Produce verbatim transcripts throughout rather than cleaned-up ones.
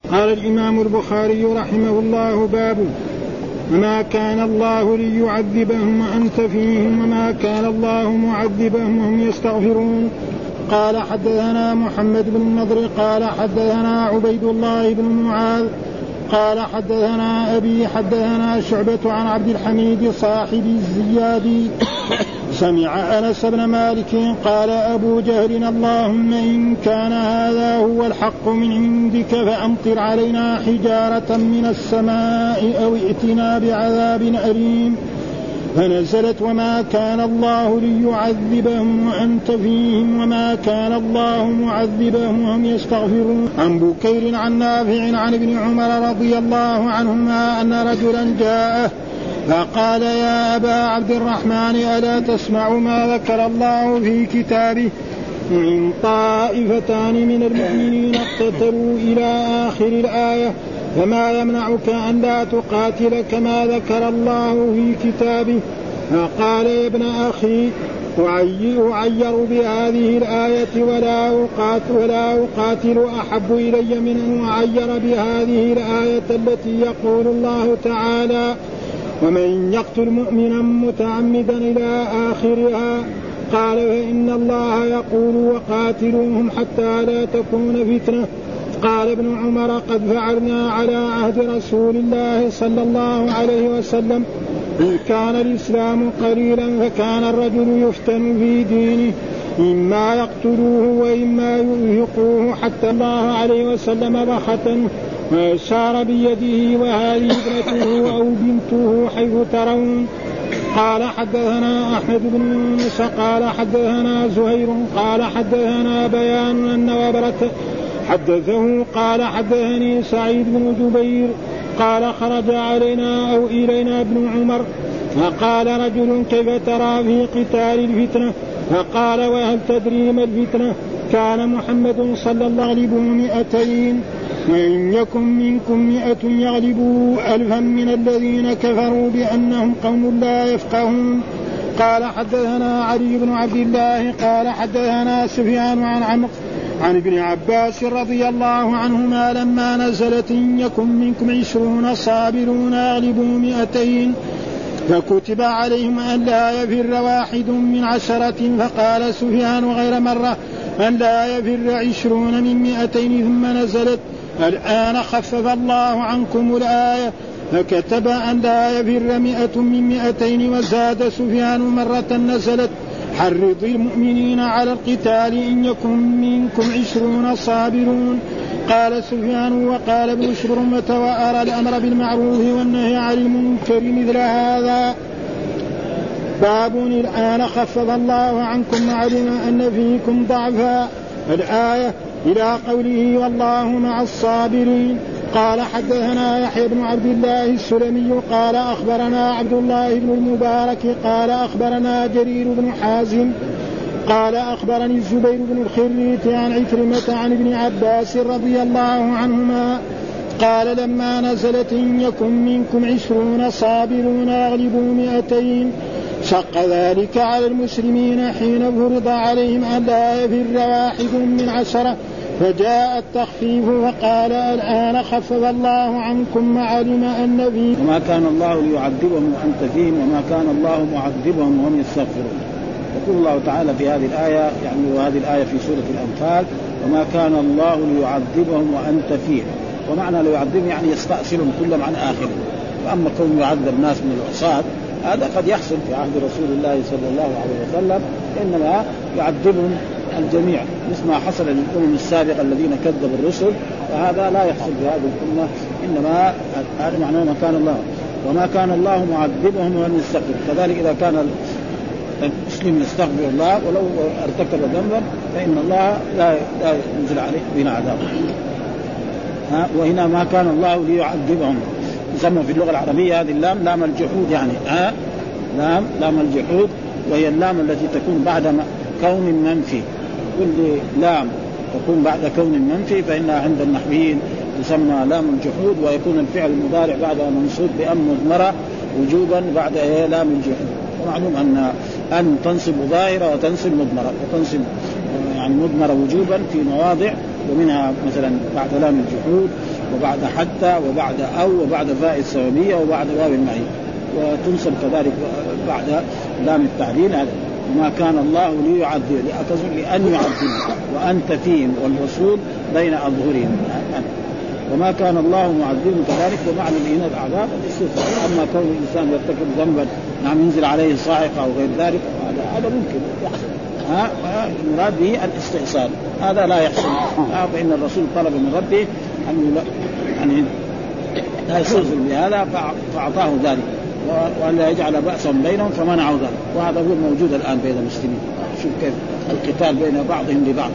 قال الإمام البخاري رحمه الله: باب وما كان الله ليعذبهم وأنت فيهم وما كان الله معذبهم وهم يستغفرون. قال حدثنا محمد بن النضر قال حدثنا عبيد الله بن معاذ قال حدثنا أبي حدثنا شعبة عن عبد الحميد صاحب الزيادي سمع أنس بن مالك قال: أبو جهل اللهم إن كان هذا هو الحق من عندك فأمطر علينا حجارة من السماء أو ائتنا بعذاب أليم. فنزلت: وما كان الله ليعذبهم وأنت فيهم وما كان الله معذبهم وهم يستغفرون. عن بكير عن نافع عن ابن عمر رضي الله عنهما أن رجلا جاءه فقال: يا أبا عبد الرحمن ألا تسمع ما ذكر الله في كتابه إن طائفتان من المؤمنين اقتتلوا إلى آخر الآية فما يمنعك أن لا تقاتل كما ذكر الله في كتابه؟ فقال: يا ابن أخي أعير بهذه الآية ولا أقاتل, ولا أقاتل أحب إلي من أن أعير بهذه الآية التي يقول الله تعالى: ومن يقتل مؤمنا متعمدا إلى آخرها. قال: فإن الله يقول: وقاتلوهم حتى لا تكون فتنة. قال ابن عمر: قد فعلنا على عهد رسول الله صلى الله عليه وسلم. إن كان الإسلام قليلا فكان الرجل يفتن في دينه إما يقتلوه وإما يرهقوه حتى الله عليه وسلم بختنه وأشار بيده: وهذه ابنته أو بنته حيث ترون. قال حدثنا أحمد بن يونس قال حدثنا زهير قال حدثنا بيان أن وبرة حدثه قال حدثني سعيد بن جبير قال: خرج علينا أو إلينا ابن عمر فقال رجل: كيف ترى في قتال الفتنة؟ فقال: وهل تدري ما الفتنة؟ كان محمد صلى الله عليه وسلم مئتين وإن يكن منكم مئة يغلبوا ألفا من الذين كفروا بأنهم قوم لا يفقهون. قال حدثنا علي بن عبد الله قال حدثنا سفيان عن عمرو عن ابن عباس رضي الله عنهما لما نزلت: إن يكن منكم عشرون صابرون يغلبوا مئتين فكتب عليهم أن لا يفر واحد من عشرة. فقال سفيان غير مرة: أن لا يفر عشرون من مئتين. ثم نزلت: الآن خفف الله عنكم الآية فكتب أن لا يفر مئة من مئتين. وزاد سفيان: مرة نزلت: حرض المؤمنين على القتال إن يكن منكم عشرون صابرون. قال سفيان: وقال ابن شبرمة: وأرى الأمر بالمعروف والنهي عن المنكر مثل هذا. باب الآن خفف الله عنكم وعلم أن فيكم ضعفا. الآية إلى قوله: والله مع الصابرين. قال حدثنا يحيى بن عبد الله السلمي قال أخبرنا عبد الله بن المبارك قال أخبرنا جرير بن حازم قال أخبرني الزبير بن الخريت عن عكرمة عن ابن عباس رضي الله عنهما قال: لما نزلت: إن يكن منكم عشرون صابرون يغلبوا مئتين شق ذلك على المسلمين حين فرض عليهم أن لا يفر واحد من عشرة. فجاء التخفيف فقال: الآن خفف الله عنكم وعلم أن فيكم. وما كان الله ليعذبهم وأنت فيهم وما كان الله معذبهم وهم يستغفرون. يقول الله تعالى في هذه الآية، يعني وهذه الآية في سورة الأنفال: وما كان الله ليعذبهم وأنت فيهم. ومعنى ليعذبهم يعني يستأصلهم كلهم عن آخرهم. فأما كون يعذب ناس من العصاة هذا قد يحصل في عهد رسول الله صلى الله عليه وسلم، إنما يعذبهم الجميع مثل ما حصل للأمم السابقة الذين كذبوا الرسل، فهذا لا يحصل في هذه الأمة. إنما هذا معناه ما كان الله وما كان الله معذبهم وهم يستغفرون. كذلك إذا كان المسلم يستغفر الله ولو ارتكب ذنبا فإن الله لا لا ينزل عليه بنا عذاب. ها وهنا ما كان الله ليعذبهم، يسمى في اللغة العربية هذه اللام لام الجحود، يعني ها لام لام الجحود، وهي اللام التي تكون بعد كون منفي. كل لام تكون بعد كون منفي فإنها عند النحويين تسمى لام الجحود، ويكون الفعل المضارع بعدها منصوب بأن مضمرة وجوبا بعد لام الجحود. ومعلوم أن أن تنصب ظاهرة وتنصب مضمرة، وتنصب يعني مضمرة وجوبا في مواضع، ومنها مثلا بعد لام الجحود وبعد حتى وبعد أو وبعد فاء السببية وبعد واو المعية، وتنصب كذلك بعد لام التعليل. وما كان الله ليعذب لأن يعذب وأنت فيهم والرسول بين أظهرهم. وما كان الله معذب كذلك، ومعنى هنا الأعذاب الاستثناء. أما كون الإنسان يرتكب ذنبا نعم ينزل عليه صاعقة أو غير ذلك هذا ممكن يحصل، ها المراد به الاستئصال، هذا لا يحصل. فإن الرسول طلب من ربه أن يعني لا يستغفر بهذا فأعطاه ذلك، وأن يجعل بأسهم بينهم فمنعوا ذلك. وهذا هو الموجود الآن بين المسلمين، شوف كيف القتال بين بعضهم لبعض.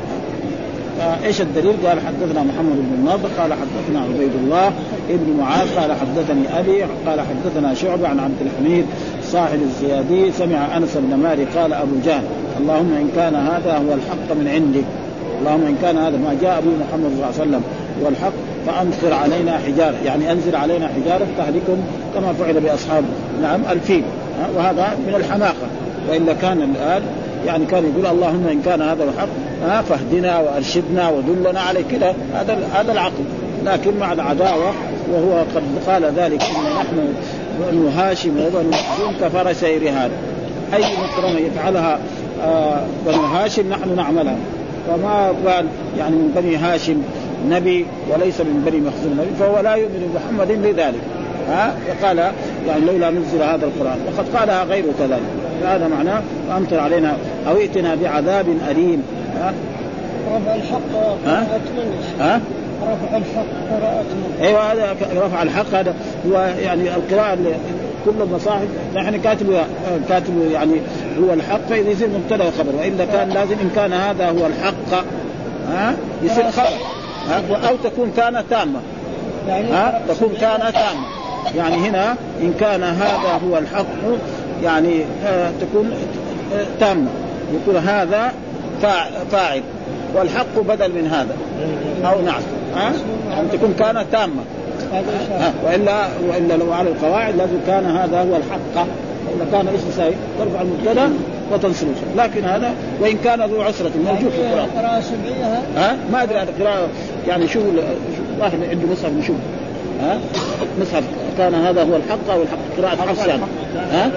ايش الدليل؟ قال حدثنا محمد بن النضر قال حدثنا عبيد الله ابن معاذ قال حدثني ابي قال حدثنا شعبة عن عبد الحميد صاحب الزيادي سمع انس بن مالك قال ابو جهل اللهم ان كان هذا هو الحق من عندك، اللهم ان كان هذا ما جاء به محمد صلى الله عليه وسلم هو الحق فامطر علينا حجاره، يعني انزل علينا حجاره تهلكم كما فعل باصحاب نعم الفيل. وهذا من الحماقه، والا كان الان يعني كان يقول اللهم إن كان هذا الحق ها فاهدنا وأرشدنا ودلنا عليه كده، هذا هذا العقل. لكن مع العداوة وهو قد قال ذلك إن نحن بنو هاشم وبنو مخزوم كفرسي رهان، أي مكرمة يفعلها آه بنو هاشم نحن نعملها. فما قال يعني من بني هاشم نبي وليس من بني مخزوم نبي فهو لا يؤمن محمد لذلك. ها فقال يعني لولا نزل هذا القرآن، وقد قالها غيره كذلك. هذا معناه أمطر علينا أو ائتنا بعذاب أليم. ها رفع الحق قراءة من ها رفع الحق قراءة من أيوة هذا رفع الحق، هذا هو يعني القراءة كل المصاحف نحن كاتب كاتب يعني هو الحق فإذا يصير مبتدأ وخبر، وإلا كان لازم إن كان هذا هو الحق ها يصير خبر، أو تكون كان تامة، ها تكون كان تامة. يعني هنا إن كان هذا هو الحق يعني آه تكون آه تامة، يقول هذا فاعل والحق بدل من هذا أو نعم، ها يعني تكون كان تامة. آه وإلا وإلا لو على القواعد لازم كان هذا هو الحق، إذا كان اسم ساي ترفع المبتدا وتنصب، لكن هذا وإن كان ذو عسرة موجود في القرآن. قراءة سبعية ها ما أدري هذا قراءة يعني شو واحد عنده مصحف نشوف ها مصحف كان هذا هو الحق أو الحق قراءة حفص يعني ها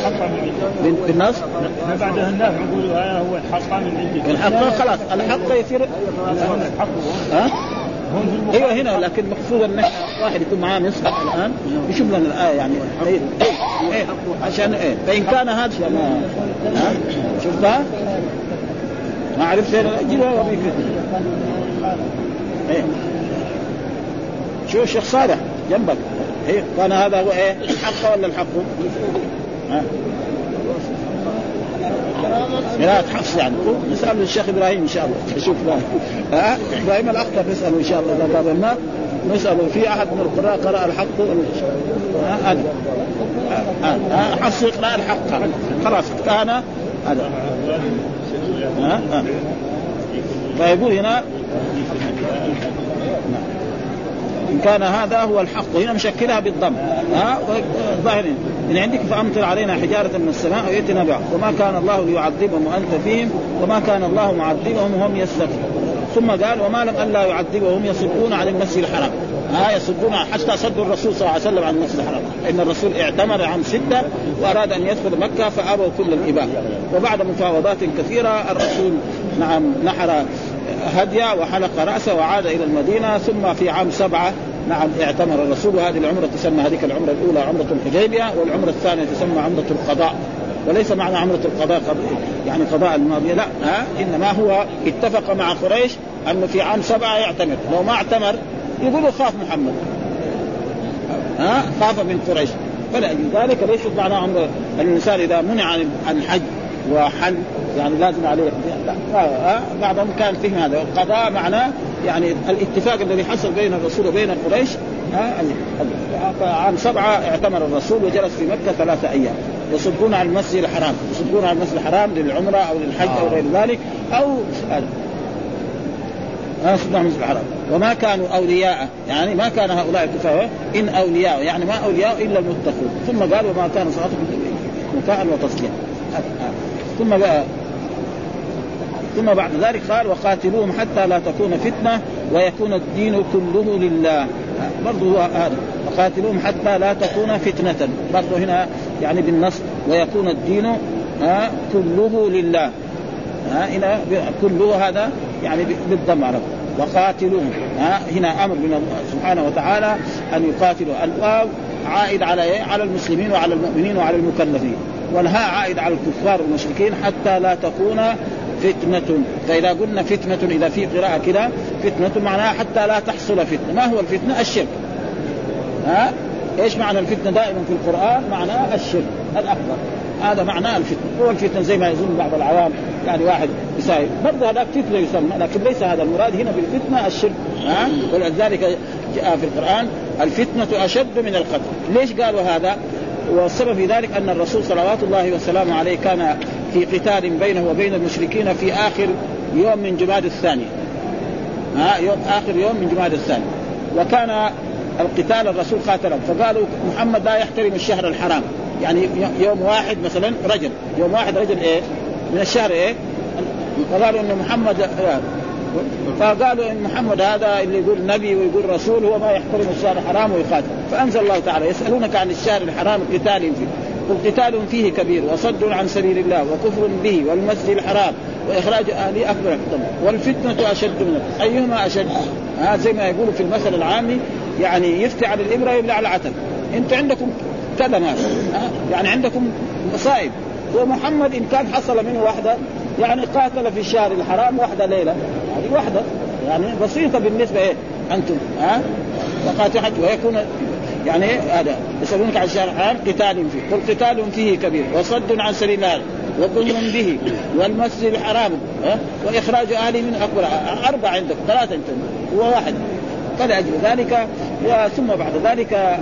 بالنص ما بعدها الناس يقولوا هذا هو الحق من عندك، الحق خلاص الحق يصير ها ايوه هنا، لكن مقصود ان واحد يكون معاه مصحف الان يشوف لنا الايه يعني ايه ايه عشان ايه فان كان هذا ها شفتها ما عرفت جيبها وبيك ايه شو الشيخ صالح جنبك ايه كان هذا هو ايه الحق ولا الحق ها قراءة حفص يعني نسأل الشيخ إبراهيم إن شاء الله نشوف ها إبراهيم الأخطر نسأله إن شاء الله إذا باب النار نسأله في أحد من القراء قرأ الحق هذا ها حفص يقرأ الحق خلاص كان هذا ها ها فيقول هنا إن كان هذا هو الحق هنا مشكلها بالضم ها ظاهر من عندك فأمطر علينا حجارة من السماء ويأتنا بعض وما كان الله ليعذبهم وأنت فيهم وما كان الله معذبهم وهم يستغفرون. ثم قال وما لم ألا يعذبهم يصدون عن المسجد الحرام، ها يصدون حتى صدوا الرسول صلى الله عليه وسلم عن المسجد الحرام، إن الرسول اعتمر عن ستة وأراد أن يدخل مكة فأبوا كل الإباء. وبعد مفاوضات كثيرة الرسول نعم نحر هدية وحلق رأسه وعاد إلى المدينة. ثم في عام سبعة نعم اعتمر الرسول، وهذه العمرة تسمى هذه العمرة الأولى عمرة الحديبية، والعمرة الثانية تسمى عمرة القضاء. وليس معنى عمرة القضاء يعني قضاء الماضية لا، ها إنما هو اتفق مع قريش أنه في عام سبعة يعتمر، لو ما اعتمر يقولوا خاف محمد ها خاف من قريش. فلذلك ليس معنى عمرة الإنسان إذا منع عن الحج وحل يعني لازم عليه لا. بعضهم كان فهم هذا القضاء معناه يعني الاتفاق الذي حصل بين الرسول وبين قريش. عام سبعة اعتمر الرسول وجلس في مكة ثلاثة أيام يصدون على المسجد الحرام، يصدون على المسجد الحرام للعمرة أو للحج أو غير ذلك أو يصدون على المسجد الحرام. وما كانوا أولياء يعني ما كان هؤلاء اتفاقوا إن أولياء يعني ما أولياء إلا المتقون. ثم قال وما كان صلاتهم مكاء وتصليا. ثم ثم بعد ذلك قال وقاتلوهم حتى لا تكون فتنة ويكون الدين كله لله. برضو هو هذا وقاتلوهم حتى لا تكون فتنة، برضو هنا يعني بالنص ويكون الدين ها كله لله. ها هنا كله هذا يعني بالضم عرب وقاتلوهم. ها هنا أمر من الله سبحانه وتعالى أن يقاتلوا. الواو عائد على إيه؟ على المسلمين وعلى المؤمنين وعلى المكلفين، والهاء عائد على الكفار والمشركين حتى لا تكون فتنة. فإذا قلنا فتنة إذا في قراءة كده فتنة معناها حتى لا تحصل فتنة. ما هو الفتنة؟ الشرك. ها إيش معنى الفتنة دائما في القرآن؟ معناه الشرك الأكبر، هذا معناه الفتنة. هو الفتنة زي ما يظن بعض العوام يعني واحد يساوي برضه هذا فتنة يسمى، لكن ليس هذا المراد هنا بالفتنة الشرك. ها ولذلك جاء في القرآن الفتنة أشد من القتل. ليش قالوا هذا؟ والسبب في ذلك أن الرسول صلوات الله وسلامه عليه كان في قتال بينه وبين المشركين في آخر يوم من جماد الثاني. ها يوم آخر يوم من جماد الثاني، وكان القتال الرسول قاتلهم، فقالوا محمد لا يحترم الشهر الحرام. يعني يوم واحد مثلا رجل يوم واحد رجل إيه من الشهر إيه، فقالوا إن محمد فقالوا إن محمد هذا اللي يقول نبي ويقول رسول هو ما يحترم الشهر الحرام ويقاتل. فأنزل الله تعالى يسألونك عن الشهر الحرام قتال فيه قل قتال فيه كبير وصد عن سبيل الله وكفر به والمسجد الحرام وإخراج أهله أكبر والفتنة أشد منه. أيهما أشد؟ ها زي ما يقولوا في المثل العامي يعني يفتي على الإبرة يبلع على العتل. أنت عندكم كذا ناس يعني عندكم مصائب، ومحمد إن كان حصل منه واحدة يعني قاتل في الشهر الحرام واحدة ليلة، هذه واحدة يعني بسيطة بالنسبة إيه أنتم. ها وقاتل حج ويكون يعني هذا يسألونك عن الشهر الحرام قتال فيه قل قتال فيه كبير وصد عن سبيل الله وكفر به والمسجد الحرام وإخراج أهله من أكبر. أربعة عندك ثلاثة أنتم هو واحد. فلأجل ذلك ثم بعد ذلك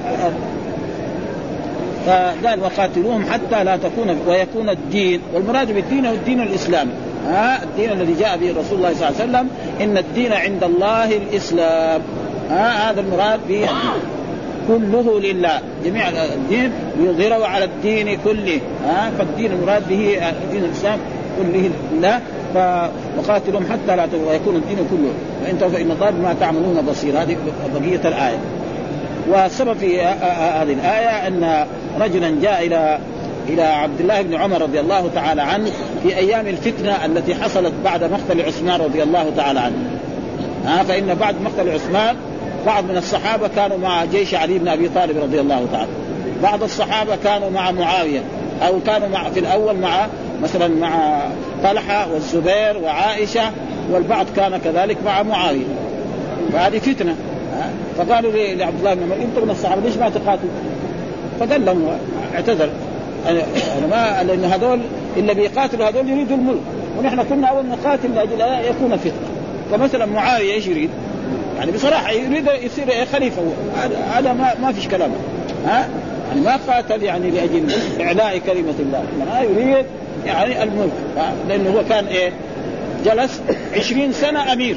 فقال وقاتلوهم حتى لا تكون ويكون الدين، والمراد بالدين هو الدين الإسلامي. ها الدين الذي جاء به رسول الله صلى الله عليه وسلم إن الدين عند الله الإسلام. ها هذا المراد به كله لله، جميع الدين يظهره على الدين كله. ها فالدين المراد به دين الإسلام كله لله. وقاتلهم حتى لا ويكون الدين كله وإنتم فإن الله بما تعملون بصير. هذه بقية الآية. والسبب في هذه الآية أن رجلا جاء إلى إلى عبد الله بن عمر رضي الله تعالى عنه في أيام الفتنة التي حصلت بعد مقتل عثمان رضي الله تعالى عنه. ها فإن بعد مقتل عثمان بعض من الصحابة كانوا مع جيش علي بن أبي طالب رضي الله تعالى، بعض الصحابة كانوا مع معاوية أو كانوا مع في الأول مع مثلا مع طلحة والزبير وعائشة، والبعض كان كذلك مع معاوية. فهذه فتنة. فقالوا لعبد الله بن عمر انتم من الصحابة ليش ما تقاتلوا؟ فقال لهم اعتذر أنا ما لأن هذول اللي بيقاتلوا هذول يريدوا الملك، ونحن كنا أول نقاتل لأجل يكون فتنة. فمثلا معاوية ايش يريد؟ يعني بصراحة يريد يصير خليفة، هذا ما ما فيش كلام. ها يعني ما قاتل يعني لأجل إعلاء كلمة الله، ما يريد يعني الملك، لأنه هو كان إيه جلس عشرين سنة أمير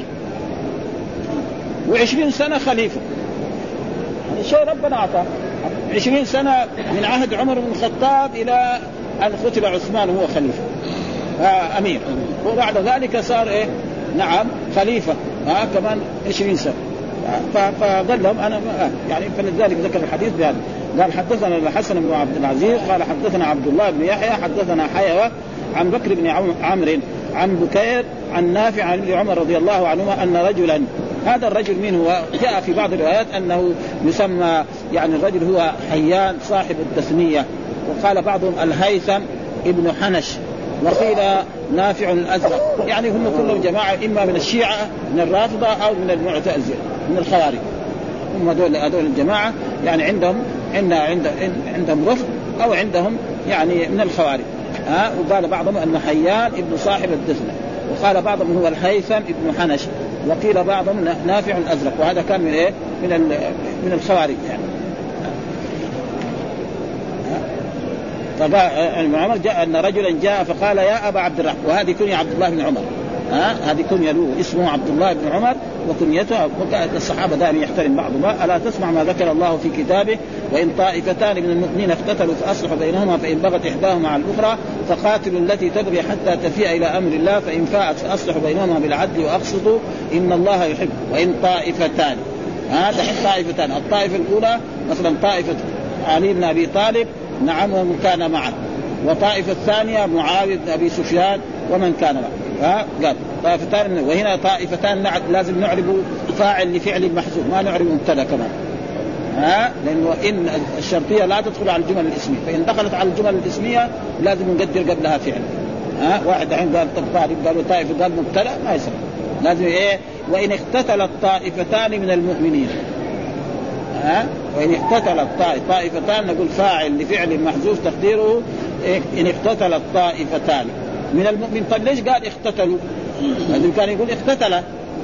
وعشرين سنة خليفة. هذا شيء ربنا أعطاه. عشرين سنة من عهد عمر بن الخطاب إلى أن قتل عثمان وهو خليفة آه أمير، وبعد ذلك صار إيه نعم خليفة آه كمان عشرين سنة. فقال لهم أنا آه يعني فلذلك ذكر الحديث بهذا. قال حدثنا الحسن بن عبد العزيز قال حدثنا عبد الله بن يحيى حدثنا حيوة عن بكر بن عمرو عن بكير عن نافع عن ابن عمر رضي الله عنهما أن رجلا، هذا الرجل من هو؟ جاء في بعض الروايات أنه يسمى يعني الرجل هو حيان صاحب التثنية، وقال بعضهم الهيثم ابن حنش، وقيل نافع الأزرق. يعني هم كلهم جماعة إما من الشيعة من الرافضة أو من المعتزلة من الخوارج. هم هذول هذول الجماعة يعني عندهم عند عندهم رفض أو عندهم يعني من الخوارج. ها وقال بعضهم أن حيان ابن صاحب التثنية، وقال بعضهم هو الهيثم ابن حنش، وقيل بعضهم نافع الأزرق، وهذا كان من إيه من من الخوارج يعني. فقال عمر جاء أن رجلا جاء فقال يا أبا عبد الرحمن، وهذه كنية عبد الله بن عمر. ها هذه كنية له اسمه عبد الله بن عمر وكنيته، وكانت الصحابة دائما يحترم بعضهم. ألا تسمع ما ذكر الله في كتابه وإن طائفتان من المؤمنين اقتتلوا فأصلحوا بينهما فإن بغت إحداهما على الأخرى فقاتلوا التي تبغي حتى تفيء إلى أمر الله فإن فاءت فأصلحوا بينهما بالعدل وأقسطوا إن الله يحب. وإن طائفتان هذا آه طائفتان، الطائفة الأولى مثلا طائفة علي بن أبي طالب نعم ومن كان معه، وطائفة الثانية معاوية بن أبي سفيان ومن كان معه. ها قال طائفتان، وهنا طائفتان لازم نعرب فاعل لفعل محذوف، ما نعرب مبتدا كمان. ها لأنه إن الشرطية لا تدخل على الجمل الاسمية، فإن دخلت على الجمل الاسمية لازم نقدر قبلها فعل. ها واحد الحين قال طائفة، قالوا طائفة قال مبتدا ما يصير، لازم إيه وإن اقتتلت طائفتان من المؤمنين. ها وإن اقتتلت طائفتان نقول فاعل لفعل محذوف تقديره إن اقتتلت طائفتان من المؤمن. طيب ليش قال اقتتلوا؟ لازم كان يقول اقتتل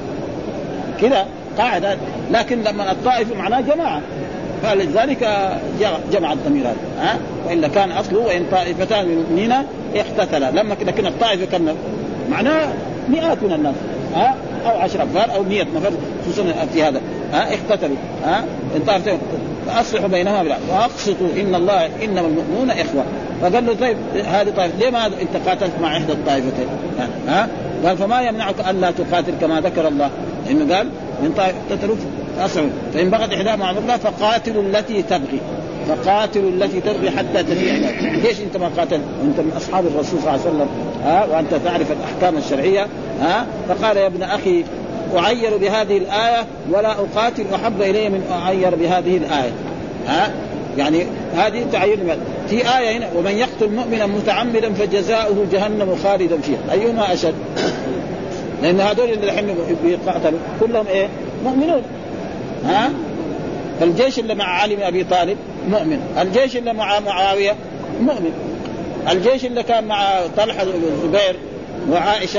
كذا قاعدة، لكن لما الطائفة معناه جماعة فلذلك جمع الضمير هذا. ها وإلا كان أصله وإن طائفتان من المؤمنين اقتتلا، لما لكن الطائفة كان معناه مئات من الناس ها أو عشرة أنفار أو مئة نفر خصوصا في هذا. ها اقتتلوا ها إن طائفتين فأصلحوا بينهما بالعدل وأقسطوا إن الله إنما المؤمنون إخوة. فقال له طيب هذه طائفة ليه ما أنت قاتلت مع إحدى الطائفتين؟ يعني ها قال فما يمنعك ألا تقاتل كما ذكر الله، إنه قال إن طائفتين اقتتلوا فأصلحوا فإن بغت إحداهما على الأخرى فقاتلوا التي تبغي فقاتلوا التي تبغي حتى تفيء. ليش أنت ما قاتل وأنت من أصحاب الرسول صلى الله عليه وسلم ها وأنت تعرف الأحكام الشرعية؟ ها فقال يا ابن أخي أعير بهذه الآية ولا أقاتل أحب إلي من أعير بهذه الآية. ها يعني هذه تعير في آية هنا ومن يقتل مؤمنا متعمدا فجزاؤه جهنم خالدا فيها، أيهما أشد؟ لأن هذول اللي الحين بيقاتلوا كلهم إيه مؤمنون. ها الجيش اللي مع علي بن أبي طالب مؤمن، الجيش اللي مع معاوية مؤمن، الجيش اللي كان مع طلحة والزبير وعائشة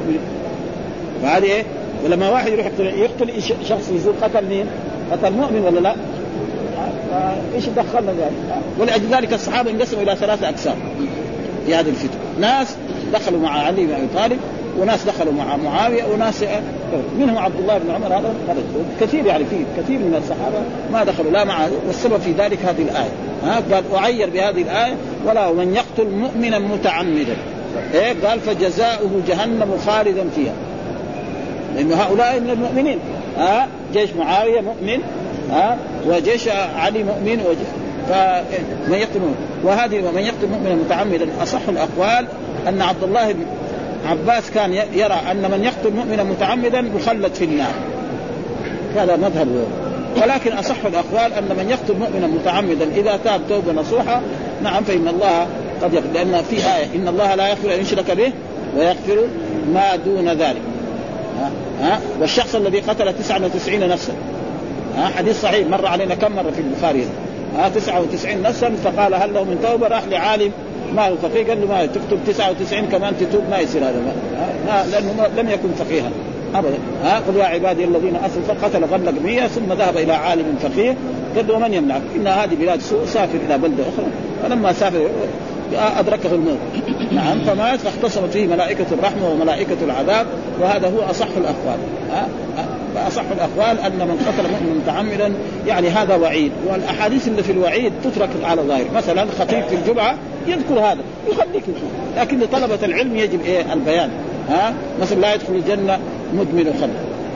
وهذه إيه. ولما واحد يروح يقتل, يقتل شخص يزور قتل مين؟ قتل مؤمن ولا لا؟ ايش دخلنا ذلك؟ ولذلك الصحابه انقسموا الى ثلاثه اقسام في هذه الفتنه، ناس دخلوا مع علي بن ابي طالب وناس دخلوا مع معاويه وناس منهم عبد الله بن عمر هذا كثير يعني فيه كثير من الصحابه ما دخلوا لا معه، والسبب في ذلك هذه الايه. ها قال اعير بهذه الايه ولا من يقتل مؤمنا متعمدا ايه قال فجزاؤه جهنم خالدا فيها، لأن هؤلاء من المؤمنين. ها جيش معاوية مؤمن ها وجيش علي مؤمن فمن يقتل مؤمن. وهذه ومن يقتل مؤمنا متعمدا أصح الأقوال أن عبد الله بن عباس كان يرى أن من يقتل مؤمنا متعمدا مخلد في النار، هذا مذهب. ولكن أصح الأقوال أن من يقتل مؤمنا متعمدا إذا تاب توبة نصوحة نعم فإن الله قد يغفر، لأن في آية إن الله لا يغفر أن يشرك به ويغفر ما دون ذلك. ها والشخص الذي قتل تسعة وتسعين نفسا ها حديث صحيح مر علينا كم مرة في البخاري ها تسعة وتسعين نفسا فقال هل له من توبة؟ راح لعالم ما هو فقيه قال له ما تكتب تسعة وتسعين كمان تتوب ما يصير هذا ما لأنه لم يكن فقيها أبدا. ها قل يا عبادي الذين أسرفوا فقتل غلق مية ثم ذهب إلى عالم فقيه قال له ومن يمنعك إن هذه بلاد سوء سافر إلى بلدة أخرى، فلما سافر أدركه الموت نعم فمات فاختصمت فيه ملائكة الرحمة وملائكة العذاب، وهذا هو أصح الأقوال. أصح الأقوال أن من قتل مؤمنا متعمدا يعني هذا وعيد، والأحاديث اللي في الوعيد تترك على ظاهر. مثلا خطيب في الجمعة يذكر هذا يخليك، لكن لطلبة العلم يجب إيه البيان. ها مثلا لا يدخل الجنة مدمن خمر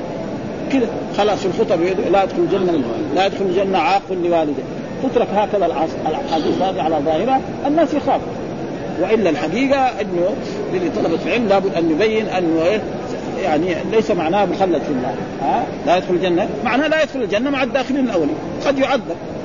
كده خلاص في الخطب لا يدخل الجنة لا يدخل الجنة عاق لوالده، تترك هكذا الحديث هذه على ظاهرة الناس يخاف. وإلا الحقيقة أنه لطلبة العلم لابد أن يبين أنه إيه يعني ليس معناه مخلد في النار. ها لا يدخل الجنة معناه لا يدخل الجنة مع الداخلين الأولين، قد يعذب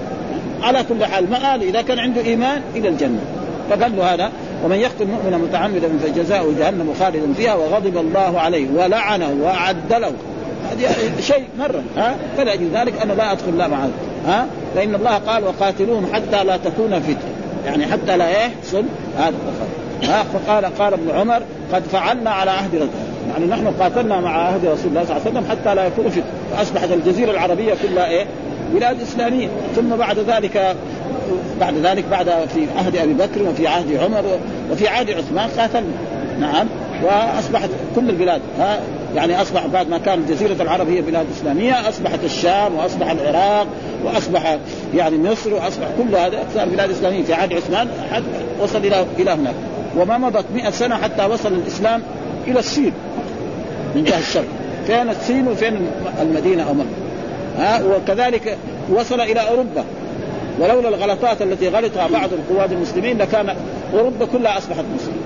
على كل حال مآل إذا كان عنده إيمان إلى الجنة. فقال له هذا ومن يقتل مؤمنا متعمدا فجزاؤه جهنم خالدا فيها وغضب الله عليه ولعنه وأعد له، هذا شيء مرة. ها فلأجل ذلك أنا لا أدخل لا معه. ها لأن الله قال وقاتلوهم حتى لا تكون فتنة، يعني حتى لا يحصل هذا القتال. ها فقال قال ابن عمر قد فعلنا على عهد رسول، يعني نحن قاتلنا مع عهد رسول الله صلى الله عليه وسلم حتى لا يكون فتنة، فأصبحت الجزيرة العربية كلها إيه بلاد إسلامية. ثم بعد ذلك بعد ذلك بعد في عهد أبي بكر وفي عهد عمر وفي عهد عثمان قاتلنا نعم، وأصبحت كل البلاد ها يعني أصبح بعد ما كان جزيرة العرب هي بلاد إسلامية أصبحت الشام وأصبح العراق وأصبح يعني مصر وأصبح كل هذا أكثر بلاد إسلامية في عهد عثمان حتى وصل إلى إلى هناك. وما مضت مئة سنة حتى وصل الإسلام إلى الصين من جهة الشرق. فين الصين وفين المدينة أو مكة؟ ها وكذلك وصل إلى أوروبا، ولولا الغلطات التي غلطها بعض القواد المسلمين لكان أوروبا كلها أصبحت مسلمة.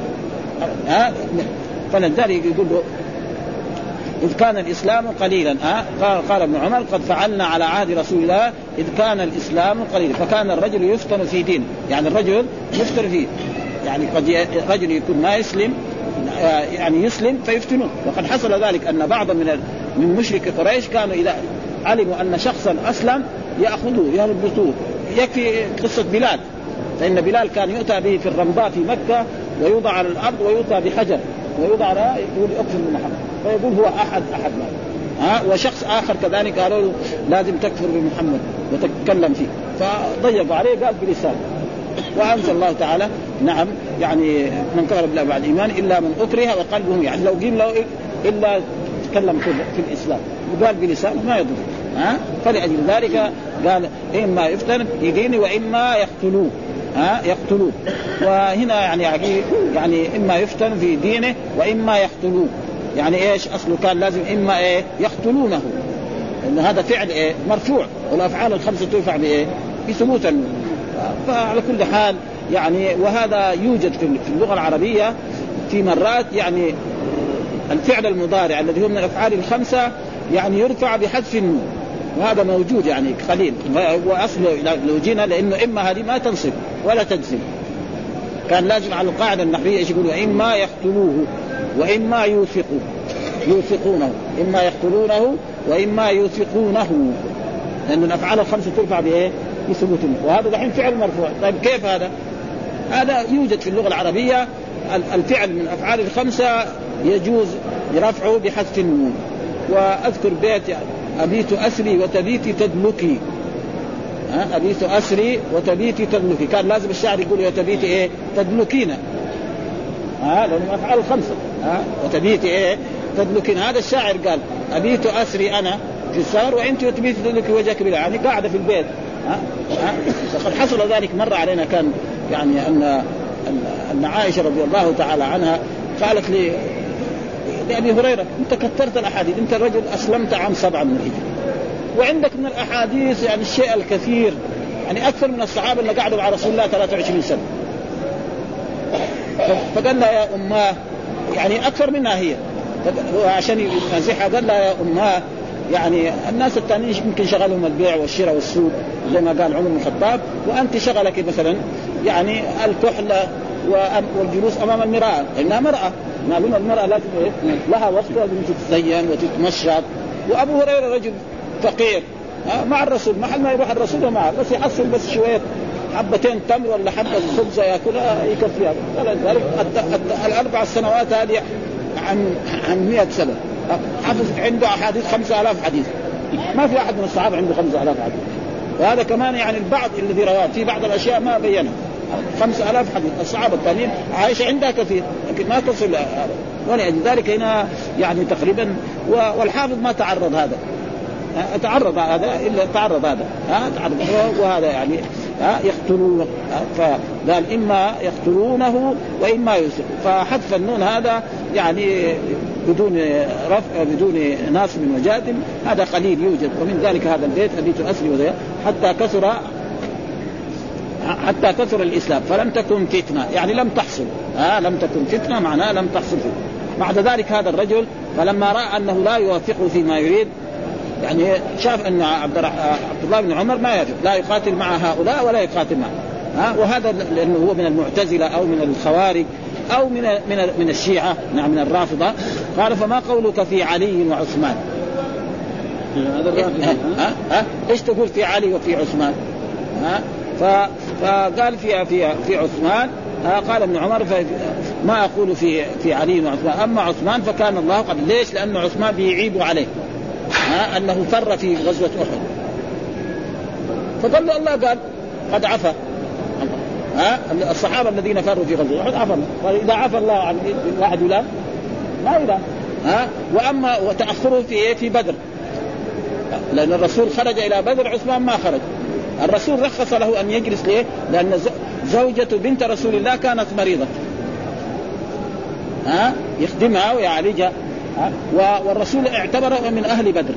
ها فلذلك يقول له إذ كان الإسلام قليلا. ها قال, قال ابن عمر قد فعلنا على عهد رسول الله إذ كان الإسلام قليلا. فكان الرجل يفتن في دين، يعني الرجل يفتن فيه، يعني قد رجل يكون ما يسلم يعني يسلم فيفتنون. وقد حصل ذلك أن بعض من من مشرك قريش كانوا إذا علموا أن شخصا أسلم يأخذوه يربطوه. يكفي قصة بلال، فإن بلال كان يؤتى به في الرمضاء في مكة ويوضع على الأرض ويؤتى بحجر ويوضع على يقول أقسم بمحمد، فيقول هو أحد أحد ما. ها وشخص آخر كذلك قالوا له لازم تكفر بمحمد وتتكلم فيه، فضيقوا عليه قال بلسان. وأنزل الله تعالى نعم يعني من كفر بالله بعد إيمان إلا من أكره وقلبه، يعني لو قيل له إلا تكلم في الإسلام وقال بلسان ما يضر. ها فلأجل ذلك قال إما يفتن يديني وإما يقتلوه. ها يقتلوه. وهنا يعني يعني إما يفتن في دينه وإما يقتلوه. يعني إيش أصله كان لازم إما إيه يقتلونه، لأن هذا فعل إيه مرفوع، والأفعال الخمسة ترفع بإيه بثبوتا. فعلى كل حال يعني وهذا يوجد في اللغة العربية في مرات يعني الفعل المضارع الذي هو من الأفعال الخمسة يعني يرفع بحذف النون، وهذا موجود يعني قليل. وأصله لو جينا لأنه إما هذه ما تنصب ولا تجزم، كان لازم على القاعدة النحوية ايش يقولوا إما يقتلوه وإما يوثقوه يوثقونه، إما يقتلونه وإما يوثقونه، لأن الأفعال الخمسة ترفع بإيه بثبوت. وهذا دحين فعل مرفوع. طيب كيف هذا؟ هذا يوجد في اللغة العربية الفعل من الأفعال الخمسة يجوز رفعه بحذف النون. وأذكر بيت يعني أبيت أسري وتبيتي تدلكي. ها أبيت أسري وتبيتي تدلكي، كان لازم الشاعر يقول وتبيتي إيه تدلكينا، ها لأن الأفعال الخمسة. ها وتبيتي إيه تدلكين. هذا الشاعر قال أبيت أسري أنا في السهر وأنت تبيتي تدلكي وجهك بالله، يعني قاعدة في البيت. ها ها فقد حصل ذلك مرة علينا، كان يعني أن أن عائشة رضي الله تعالى عنها قالت لي لأبي هريرة أنت كثرت الأحاديث، أنت الرجل أسلمت عام سبعة من الهجرة وعندك من الأحاديث يعني الشيء الكثير، يعني أكثر من الصحابة اللي قعدوا مع رسول الله ثلاثة وعشرين سنة. فقال لها يا أماه، يعني أكثر منها هي، عشان ينزحها قال لها يا أماه يعني الناس التانيين يمكن شغلهم البيع والشراء والسوق زي ما قال عمر بن الخطاب، وأنت شغلك مثلا يعني الكحلة والجلوس أمام المرآة، إنها مرأة معلومة المرأة لازم لها وقت لازم تتزين وتتمشط. وأبو هريرة رجل فقير مع الرسول، محل ما يروح الرسول ومعه بس يحصل بس شوية حبتين تمر ولا حبة خبز يأكلها يكفيها. فلذلك الأربع سنوات هذه عن عن مئة سنة حفظ عنده أحاديث خمسة آلاف حديث، ما في أحد من الصحابة عنده خمسة آلاف حديث. وهذا كمان يعني البعض الذي رواه في بعض الأشياء ما بينها خمسة آلاف حديث. الصحابة الثانيين عائشة عندها كثير لكن ما تصل، ولذلك هنا يعني تقريبا. والحافظ ما تعرض هذا تعرض هذا إلا تعرض هذا ها تعرض وهذا يعني ها يقتلونه. فقال إما يقتلونه وإما يوثقون. فحذف النون هذا يعني بدون رفع بدون ناصب وجازم هذا قليل يوجد. ومن ذلك هذا البيت أبيت أسري وذي حتى كثر حتى كثر الإسلام فلم تكن فتنة، يعني لم تحصل. ها لم تكن فتنة معناه لم تحصل فتنة. بعد ذلك هذا الرجل فلما رأى أنه لا يوافقه فيما يريد، يعني شاف أن عبد الله بن عمر ما يجب لا يقاتل مع هؤلاء ولا يقاتل معه. ها وهذا لأنه هو من المعتزلة أو من الخوارج أو من من من الشيعة نعم من الرافضة. قال فما قولك في علي وعثمان؟ هذا ها ها, ها؟ ايش تقول في علي وفي عثمان؟ ها فقال في في في عثمان قال ابن عمر ما أقول في في علي وعثمان، أما عثمان فكان الله قد ليش؟ لأن عثمان بيعيب عليه ها أنه فر في غزوة أحد، فقال له الله قال قد عفى. ها الصحابة الذين فروا في غزوة أحد عفى، فإذا عفى الله عن واحد ولا ما يلا. ها وأما وتأخره في في بدر، لأن الرسول خرج إلى بدر عثمان ما خرج. الرسول رخص له أن يجلس ليه؟ لأن زوجة بنت رسول الله كانت مريضة ها يخدمها ويعالجها. والرسول اعتبره من أهل بدر.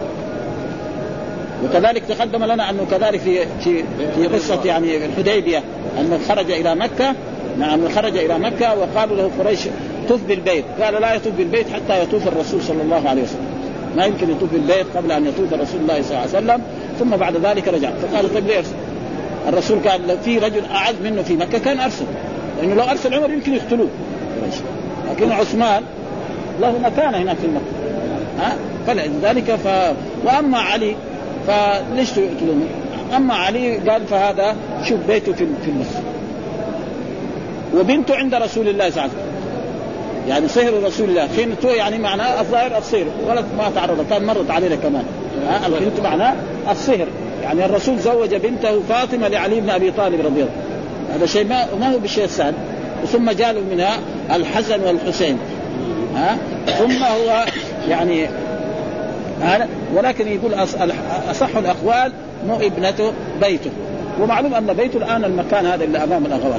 وكذلك تقدم لنا أنه كذلك في في في قصة يعني الحديبية أنه خرج إلى مكة. نعم خرج إلى مكة وقالوا له قريش طوف بالبيت، قال لا يطوف بالبيت حتى يطوف الرسول صلى الله عليه وسلم، ما يمكن يطوف بالبيت قبل أن يطوف رسول الله صلى الله عليه وسلم. ثم بعد ذلك رجع. فقالوا طيب ليه أرسل؟ الرسول كان لو في رجل أعز منه في مكة كان أرسل، لأنه لو أرسل عمر يمكن يقتلوه، لكن عثمان له مكانة هناك في مكة. ها فلذلك ف... وأما علي فليش تقتلونه؟ أما علي قال فهذا شوف بيته في في المسجد وبنته عند رسول الله صلى الله عليه وسلم، يعني صهر رسول الله خينته، يعني معناه الظاهر الصهر، ولد ما تعرض كان مرت علينا كمان. ها البنت معناه الصهر، يعني الرسول زوج بنته فاطمة لعلي بن أبي طالب رضي الله. هذا شيء ما ما هو بشيء سهل. ثم جاء منها الحسن والحسين. ها ثم هو يعني هذا، ولكن يقول أصح الأقوال مو ابنته بيته. ومعلوم أن بيته الآن المكان هذا اللي أمام الأغوات.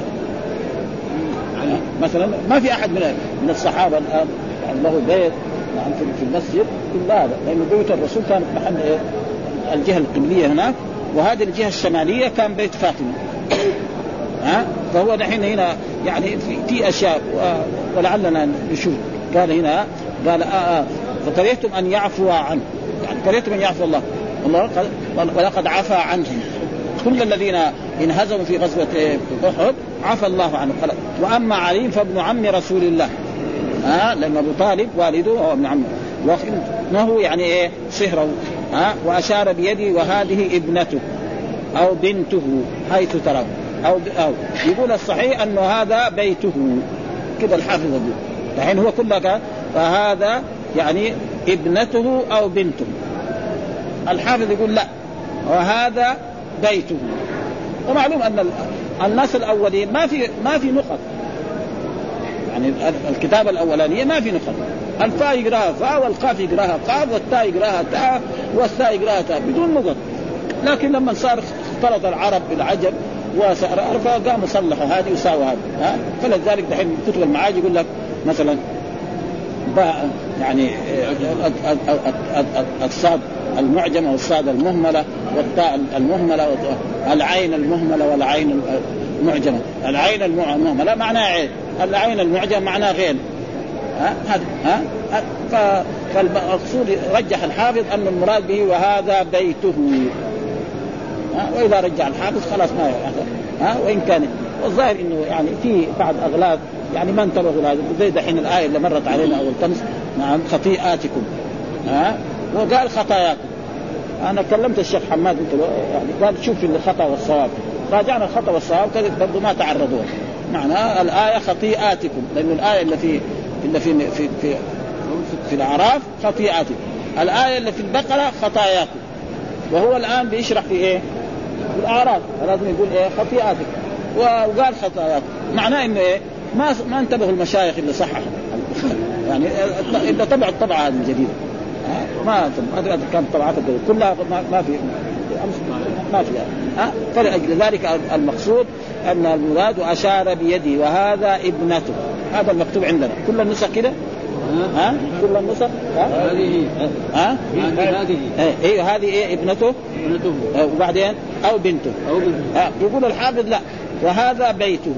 مثلا ما في أحد من من الصحابة الآن يعني له بيت يعني في المسجد إلا هذا، لأن بيت الرسول كانت محل الجهة القبلية هناك، وهذه الجهة الشمالية كان بيت فاطمة. ها فهو نحن هنا يعني في, في أشياء ولعلنا نشوف. قال هنا قال آه آه فكرهتم أن يعفو عنه، يعني كرهتم أن يعفو الله الله ولقد عفى عنهم كل الذين انهزموا في غزوة أحد عفى الله عنه. وأما علي فابن عم رسول الله، ها لأن أبو طالب والده هو ابن عمه وهو يعني إيه صهره. ها وأشار بيدي وهذه ابنته أو بنته حيث ترى أو, أو يقول الصحيح أنه هذا بيته كده الحافظ يقول. الحين هو كلها فهذا يعني ابنته أو بنته. الحافظ يقول لا وهذا بيته. ومعلوم أن الناس الأولين ما في ما في نقط، يعني الكتابة الأولانية ما في نقط، الفاء يقراها فاء والقاف يقراها قاف والتاء يقراها تاء والثاء يقراها تاء بدون نقط. لكن لما صار اختلط العرب بالعجم وصار فقاموا صلحوا هذه وساووا هذه. ها فلذلك دحين كتب المعاجم يقول لك مثلا باء يعني الصاد المعجمة والصاد المهملة والتاء المهملة والعين المهملة والعين المعجمة. العين المهملة معناها عين، العين المعجمة معناها غين. ها ها ها فالمقصود رجح الحافظ أن المراد به وهذا بيته. ها وإذا رجع الحافظ خلاص ما ها وإن كان والظاهر إنه يعني في بعض أغلاط يعني ما انتبهوا لهذا. زي دحين الآية اللي مرت علينا أول تمس نعم خطيئاتكم ها وقال خطاياكم. أنا كلمت الشيخ حماد يعني قال شوف الخطأ والصواب، راجعنا الخطأ والصواب كذا برضو ما تعرضوا. معنى الآية خطيئاتكم، لأن الآية اللي في اللي في في في, في الأعراف خطيئاتكم، الآية اللي في البقرة خطاياكم، وهو الآن بيشرح في إيه في الأعراف لازم يقول إيه خطيئاتكم وقال خطاياكم. معناه إنه إيه ما ما انتبهوا المشايخ اللي صححوا يعني إذا طبع الطبعة هذه الجديدة ما هذا كانت طبعات كلها ما في ما في ها فلأجل ذلك المقصود أن المراد أشار بيدي وهذا ابنته. هذا المكتوب عندنا كل النسخ كده ها كل النسخ هذه ها هذه ايه هذه ايه ابنته ابنته وبعدين أو بنته أو بنته. يقول الحافظ لا وهذا بيته.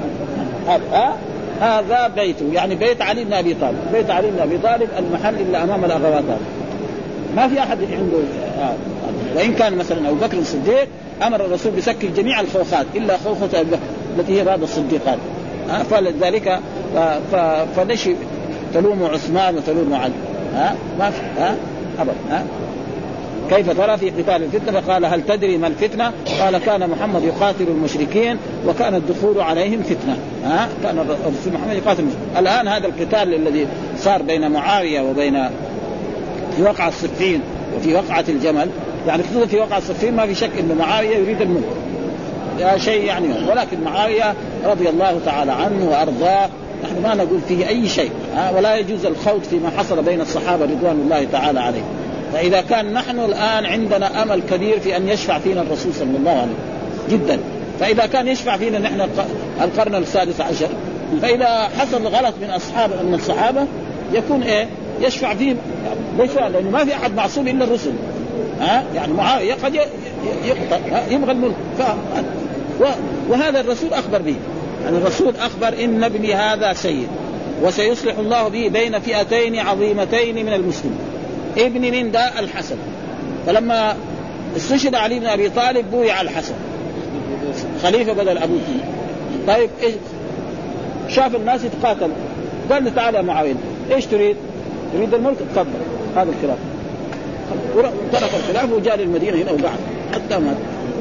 ها هذا بيته يعني بيت علي بن أبي طالب. بيت علي بن أبي طالب المحل اللي أمام الأغوات ما في أحد عنده. آه. وإن كان مثلا أبو بكر الصديق أمر الرسول بسكر جميع الخوخات إلا خوخة أبي بكر التي هي بعض الصديقات. آه. فلذلك فليش تلوم عثمان وتلوم علي؟ ها ما في ها أبدا. ها كيف ترى في قتال الفتنة؟ فقال هل تدري ما الفتنة؟ قال كان محمد يقاتل المشركين وكان الدخول عليهم فتنة. ها كان الرسول محمد يقاتل المشركين. الآن هذا القتال الذي صار بين معاوية وبين في وقعة الصفين وفي وقعة الجمل، يعني خصوصا في وقعة الصفين ما في شك أن معاوية يريد الملك يا شيء يعني، ولكن معاوية رضي الله تعالى عنه وأرضاه نحن ما نقول فيه أي شيء. ها ولا يجوز الخوض فيما حصل بين الصحابة رضوان الله تعالى عليهم. فإذا كان نحن الآن عندنا أمل كبير في أن يشفع فينا الرسول صلى الله عليه وسلم جدا، فإذا كان يشفع فينا نحن القرن السادس عشر فإذا حصل غلط من أصحاب من الصحابة يكون إيه يشفع فيهم، ليش؟ لأنه ما في أحد معصوم إلا الرسل. ها يعني معاوية قد يقطع يبغى الملك ف... وهذا الرسول أخبر به، يعني الرسول أخبر إن ابني هذا سيد وسيصلح الله به بين فئتين عظيمتين من المسلمين. ابن من ده الحسن، فلما استشهد علي بن أبي طالب بويع الحسن خليفة بدل أبوه. طيب إيش شاف الناس يتقاتلوا قال له تعالى يا معاوية إيش تريد؟ تريد الملك؟ تفضل هذا الخلاف. ترك الخلاف وجاء للمدينة هنا وقعد حتى مات.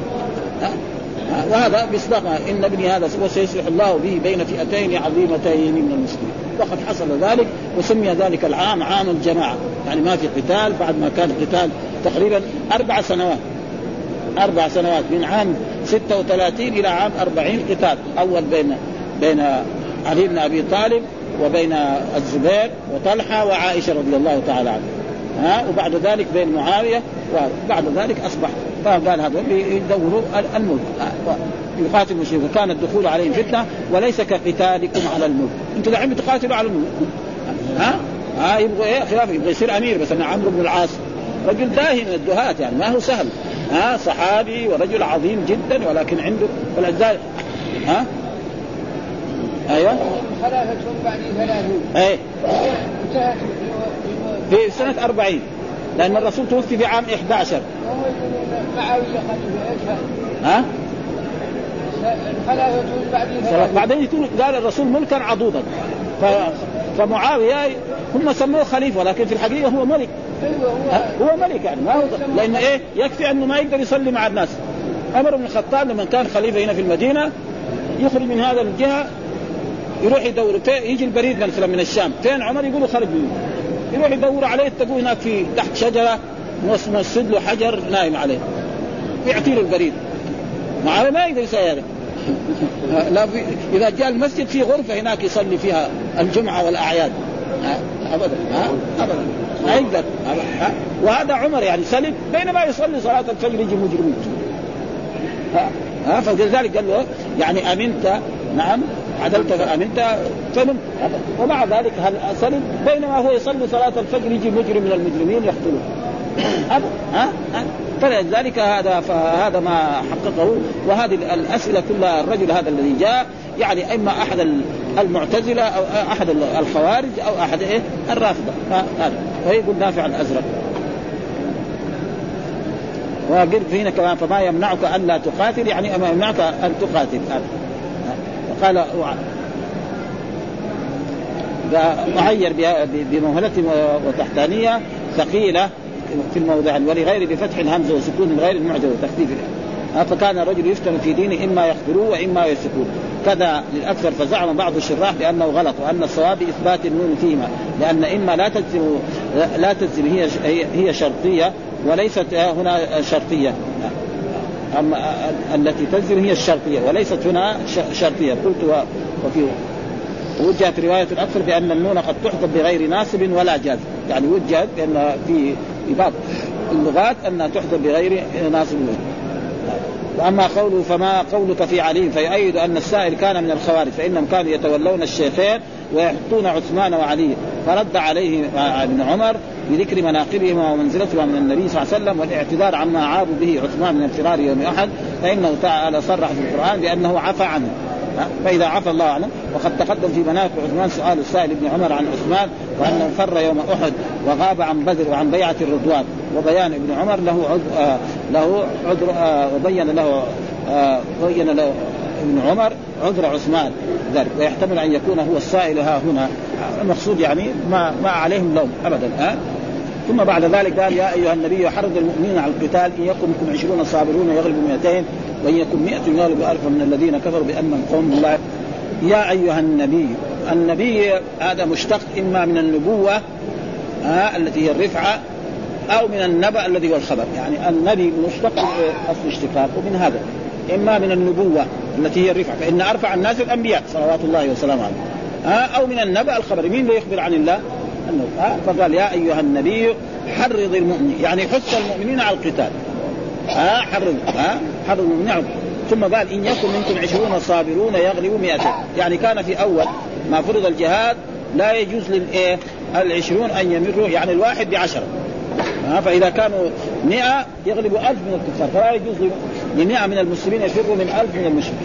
وهذا بإصداق إن ابني هذا وسيصلح الله به بين فئتين عظيمتين من المسلمين. وقد حصل ذلك وسمي ذلك العام عام الجماعة، يعني ما في قتال بعد ما كان قتال تقريبا أربع سنوات أربع سنوات من عام ستة وثلاثين إلى عام أربعين قتال، أول بين بين علي بن أبي طالب وبين الزبير وطلحة وعائشة رضي الله تعالى عنها، ها وبعد ذلك بين معاوية، وبعد ذلك أصبح فقال هذا يدوروا الملك يقاتل المشركين، وكان الدخول عليهم فتنة وليس كقتالكم على الملك. انتوا دحين بتقاتلوا على الملك، ها ها يبغى ايه خلافه، يبغى يصير امير. بس انا عمرو بن العاص رجل داهي من الدهات، يعني ما هو سهل، ها صحابي ورجل عظيم جدا ولكن عنده فلذلك ها ايوه خلافة بعد ثلاثين ايه في سنة أربعين، لأن الرسول توفي في عام إحدى عشر. ها؟ بعدين يكون قال الرسول ملكا عضوضا، ف... فمعاوية هم سموه خليفة لكن في الحقيقة هو ملك. هو ملك يعني ما هو، لأن إيه يكفي أنه ما يقدر يصلي مع الناس. عمر بن الخطاب لما كان خليفة هنا في المدينة يخرج من هذا الجهة يروح يدور، يجي البريد مثلا من الشام فين عمر يقولوا خرج منه، يروح يدور عليه تلقوه هناك في تحت شجرة موسد له حجر نايم عليه ويعطي له البريد. معاوية ما يقدر يسوي هذا. لا في... إذا جاء المسجد في غرفة هناك يصلي فيها الجمعة والأعياد أبدا أبدا ما يقدر. وهذا عمر يعني سلم بينما يصلي صلاة الفجر يجي مجرمين. ها فلذلك قال له يعني أمنت نعم عدلت فأمنت فنمت. ومع ذلك هل سلم بينما هو يصلي صلاة الفجر يجي مجرم من المجرمين يقتله. ها فلذلك هذا فهذا ما حققه. وهذه الأسئلة كلها الرجل هذا الذي جاء يعني إما أحد المعتزلة أو أحد الخوارج أو أحد إيه الرافضة. هذا ويقول نافع الأزرق. وقل فينا كمان فما يمنعك أن لا تقاتل يعني أما يمنعك أن تقاتل. قال معير بمهلة وتحتانية ثقيلة في الموضع ولغير بفتح الهمزة وسكون الغير المعجم وتخفيف. فكان الرجل يفتن في دينه إما يخبروه وإما يسكون كذا للأكثر. فزعم بعض الشراح بأنه غلط وأن الصواب إثبات النون فيما، لأن إما لا تجزم لا تجزم هي هي شرطية وليست هنا شرطية. أما التي تجزم هي الشرطية وليست هنا شرطية. قلت وفي وجهت رواية الأكثر بأن النون قد تحذف بغير ناسب ولا جازم، يعني وجهت بأن في بعض اللغات أنها تحذف بغير ناسب. وأما قوله فما قولك في علي فيؤيد أن السائل كان من الخوارج فإنهم كانوا يتولون الشيخين ويحطون عثمان وعلي. فرد عليه ابن عمر بذكر مناقبهما ومنزلتهما من النبي صلى الله عليه وسلم والاعتذار عما عابوا به عثمان من الفرار يوم أحد، فإنه تعالى صرح في القرآن بأنه عفى عنه. فإذا عفى الله عنه. وقد تقدم في مناقب عثمان سؤال السائل ابن عمر عن عثمان وأنه فر يوم أحد وغاب عن بدر وعن بيعة الرضوان، وبيان ابن عمر له عذر آه له عذر آه وبين له آه بين له ابن عمر عذر عثمان ذلك، ويحتمل أن يكون هو السائل ها هنا المقصود يعني ما ما عليهم لوم أبدا. ها ثم بعد ذلك قال يا أيها النبي حرض المؤمنين على القتال إن يكن منكم عشرون صابرون يغلبوا مئتين وإن يكن مئة يغلب ألفا من الذين كفروا بأنهم قوم لا. يا أيها النبي، النبي هذا مشتق إما من النبوة آه التي هي الرفعة أو من النبأ الذي هو الخبر، يعني النبي مشتق أصل اشتقاق ومن هذا إما من النبوة التي هي الرفعة فإن أرفع الناس الأنبياء صلوات الله وسلامه عليه آه أو من النبأ الخبر مين لا يخبر عن الله آه فقال يا أيها النبي حرض المؤمنين يعني حث المؤمنين على القتال آه حرض آه حرض المؤمنين. ثم قال إن يكن منكم عشرون صابرون يغلبوا مئتين، يعني كان في أول ما فرض الجهاد لا يجوز للإيه العشرون أن يمروا، يعني الواحد بعشرة. فإذا كانوا مئة يغلبوا ألف من الكفار، فلا يجوز لمئة من المسلمين يفروا من ألف من المشركين.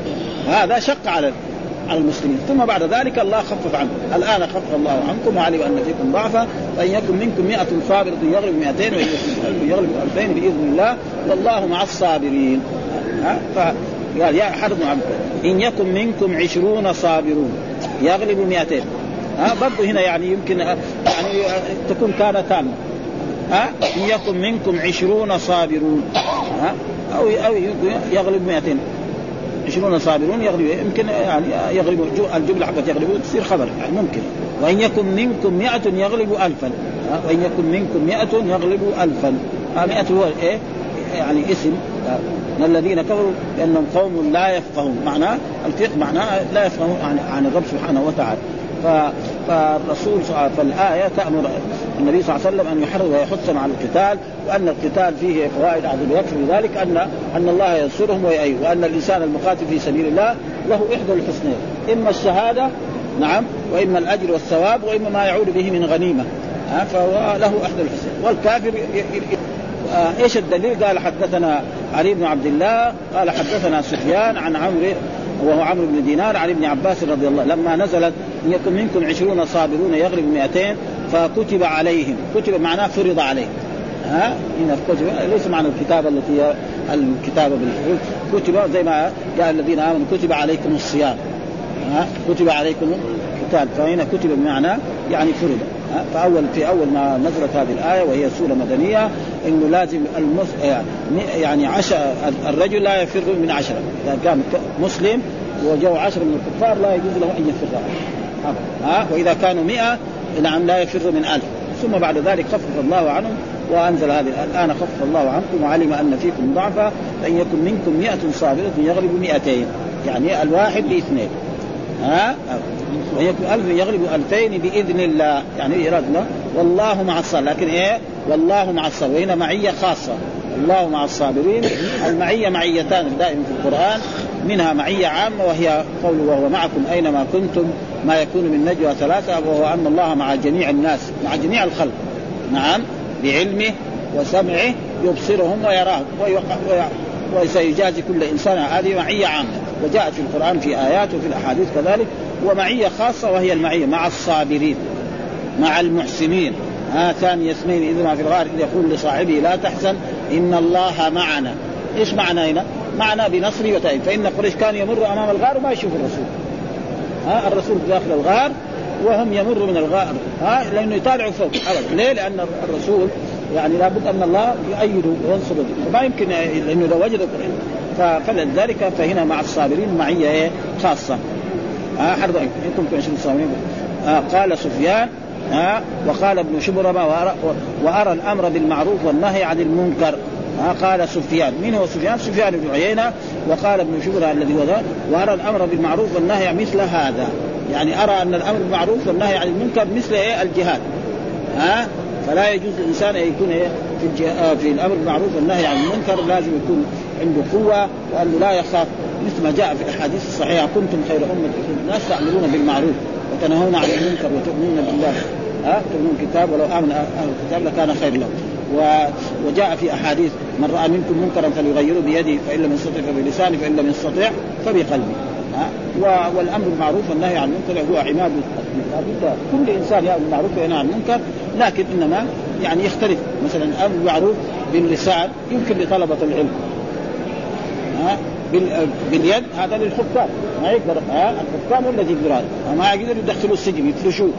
هذا شق على على المسلمين. ثم بعد ذلك الله خفف عنكم. الآن خفف الله عنكم وعلم أن فيكم ضعفا، فإن يكن منكم مئة صابرة يغلب مئتين وإن يكن ألف يغلب ألفين بإذن الله والله مع الصابرين. ها فقال يا حرب عنكم إن يكن منكم عشرون صابرون يغلب مئتين. ها برضو هنا يعني يمكن يعني تكون كان تامة. ها إن يكن منكم عشرون صابرون ها أو أو يغلب مئتين. عشرون صابرون يغلب يمكن يعني يغلب الجملة حقت يغلب تصير خبر يعني ممكن. وإن يكن منكم مئة يغلب ألفا. وإن يكن منكم مئة يغلب ألفا. مئة هو إيه يعني اسم من الذين كفروا لأنهم قوم لا يفقهون. معناه الفقه معناه لا يفقهون عن عن الرب سبحانه وتعالى. فالرسول فالآية تأمر النبي صلى الله عليه وسلم أن يحرض ويحثهم على القتال، وأن القتال فيه فوائد عظيمة. يكفي ذلك أن أن الله ينصرهم ويؤيد، وأن الإنسان المقاتل في سبيل الله له إحدى الحسنين، إما الشهادة نعم وإما الأجر والثواب وإما ما يعود به من غنيمة. فهو له إحدى الحسنين. والكافر ي... ي... آه ايش الدليل؟ قال حدثنا علي بن عبد الله قال حدثنا سفيان عن عمرو وهو عمرو بن دينار عن ابن عباس رضي الله لما نزلت إن يكن منكم عشرون صابرون يغلب مئتين فكتب عليهم. كتب معناه فرض عليهم. ها هنا كتب ليس معنى الكتابة التي هي الكتابة بالحروف، كتب زي ما قال الذين آمنوا كتب عليكم الصيام. ها كتب عليكم القتال، فهنا كتب بمعنى يعني فرض. فأول في أول ما نزلت هذه الآية وهي سورة مدنية إنه لازم المس يعني عشر الرجل لا يفر من عشرة. إذا كان مسلم وجاءوا عشرة من الكفار لا يجوز له أن يفر. ها وإذا كانوا مئة نعم لا يفر من ألف. ثم بعد ذلك خفف الله عنهم وأنزل هذه الآن خفف الله عنكم وعلم أن فيكم ضعفا فإن يكن منكم مئة صابرة يغلب مئتين، يعني الواحد باثنين. ها ويكون ألف يغلب ألفين بإذن الله، يعني إرادنا والله مع الصابرين. لكن إيه والله مع الصابرين وهنا معية خاصة. الله مع الصابرين. المعية معيتان دائما في القرآن، منها معية عامة وهي قوله وهو معكم أينما كنتم ما يكون من نجوى ثلاثة، وهو أن الله مع جميع الناس مع جميع الخلق نعم بعلمه وسمعه يبصرهم ويراهم وسيجازي كل إنسان. هذه معية عامة وجاءت في القرآن في آيات وفي الأحاديث كذلك. ومعية خاصة وهي المعية مع الصابرين مع المحسنين. ها ثاني اثنين إذ ما في الغار إذ يقول لصاحبه لا تحزن إن الله معنا. إيش معنى هنا؟ معنا بنصره وتأييد. فإن قريش كان يمر أمام الغار وما يشوف الرسول. ها الرسول داخل الغار وهم يمروا من الغار ها لأنه يطالعوا فوق. ليه؟ لأن الرسول يعني لابد أن الله يؤيده وينصره، فما يمكن لأنه لو وجد القرآن. فلذلك فهنا مع الصابرين معية خاصة. ها حرض إنكم كنتم صابرين. قال سفيان ها وقال ابن شبرمة وأرى, وأرى الأمر بالمعروف والنهي عن المنكر. ها قال سفيان. من هو سفيان؟ سفيان بن عيينة. وقال ابن شبرمة الذي هو ذا وأرى الأمر بالمعروف والنهي مثل هذا، يعني أرى أن الأمر بالمعروف والنهي عن المنكر مثل إيه الجهاد. ها فلا يجوز الإنسان أن يكون في في الأمر بالمعروف والنهي عن المنكر، لازم يكون عنده قوة وأنه لا يخاف، مثل ما جاء في الأحاديث الصحيحة كنتم خير أمة الناس تأمرون بالمعروف وتنهون عن المنكر وتؤمنون بالله. ها تؤمنون الكتاب ولو آمن أهل الكتاب لكان خير لهم. وجاء في أحاديث من رأى منكم منكرا فليغيره بيده فإن لم يستطع فبلسانه فإن لم يستطع فبقلبه. والأمر بالمعروف والنهي عن المنكر هو عماد الدين. كل إنسان يأمر بالمعروف وينهى عن المنكر، لكن إنما يعني يختلف. مثلا الأمر بالمعروف باللسان يمكن لطلبة العلم، ها باليد هذا للحكام ما يقدر. ها الحكام الذي يقدر ما يقدر يدخلوا السجن يفرشوه.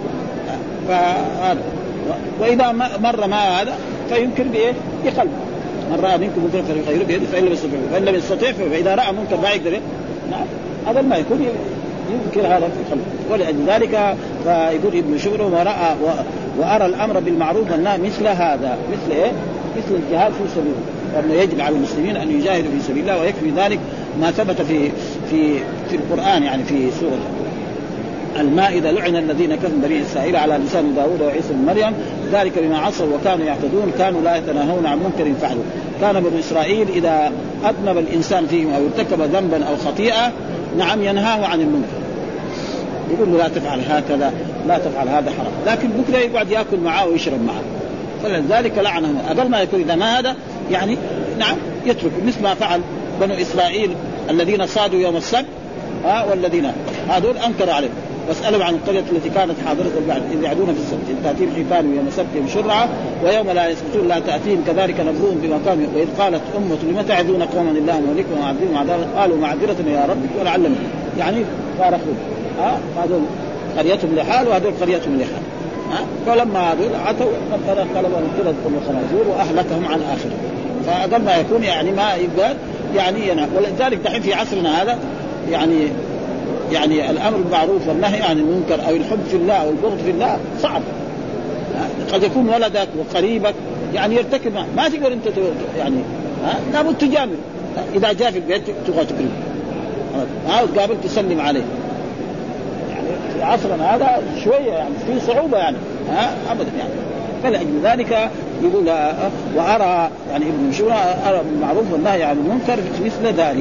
فهذا وإذا مر ما هذا فيمكن بإيه بقلبه. من رأى منكم منكرا فليغيره بيده فإن لم يستطع فإن لم يستطع فإذا رأى منكر ما يقدر نعم هذا ما يكون يمكن هذا في قلبه. ولذلك فيقول ابن شبر ورأى وأرى الأمر بالمعروف والنهي مثل هذا مثل إيه مثل الجهاد في سبيل الله، أنه يجب على المسلمين أن يجاهدوا في سبيل الله. ويكفي ذلك ما ثبت في في في القرآن، يعني في سورة المائدة لعن الذين كفروا بني إسرائيل على لسان داود وعيسى بن مريم ذلك بما عصوا وكانوا يعتدون كانوا لا يتناهون عن منكر فعلوا. كان بني إسرائيل إذا أذنب الإنسان فيهم أو ارتكب ذنبا أو خطيئة نعم ينهاه عن المنكر. يقول له لا تفعل هكذا لا تفعل هذا حرام، لكن بكره يقعد ياكل معه ويشرب معه، فلذلك لعنه. أقل ما يكون إذا ما هذا يعني نعم يترك، مثل ما فعل بنو إسرائيل الذين صادوا يوم السبت ها آه والذين هذول أنكروا عليه. واسألوا عن القرية التي كانت حاضرة البحر إذ يعدون في السبت إذ تأتيهم حيتانهم يوم سبتهم شرعا ويوم لا يسبتون لا تأتيهم كذلك نبلوهم بما كانوا. وإذ قالت أمة لم تعظون قوما لله مهلكهم ومعذبهم عذابا قالوا معذرة يا ربك ولعلهم يعني فارقوا ها آه هذول قريتهم لحال وهذول قريتهم لحال ها آه فلما هذول عتوا قلبهم قردة وخنازير وأهلكهم عن آخر. فأقل ما يكون يعني ما يبقى يعني ينهى. ولذلك دحين في عصرنا هذا يعني يعني الأمر بالمعروف والنهي عن المنكر أو الحب في الله أو البغض في الله صعب. قد يكون ولدك وقريبك يعني يرتكب ما تقدر أنت يعني لا بد تجامل. إذا جاء في البيت تبغى تقرب ها وتقابل تسلم عليه. يعني في عصرنا هذا شوية يعني في صعوبة يعني ها أبدا يعني. فلأجل ذلك يقول وأرى يعني ابن مشورة أرى بالمعروف والنهي عن المنكر مثل ذلك.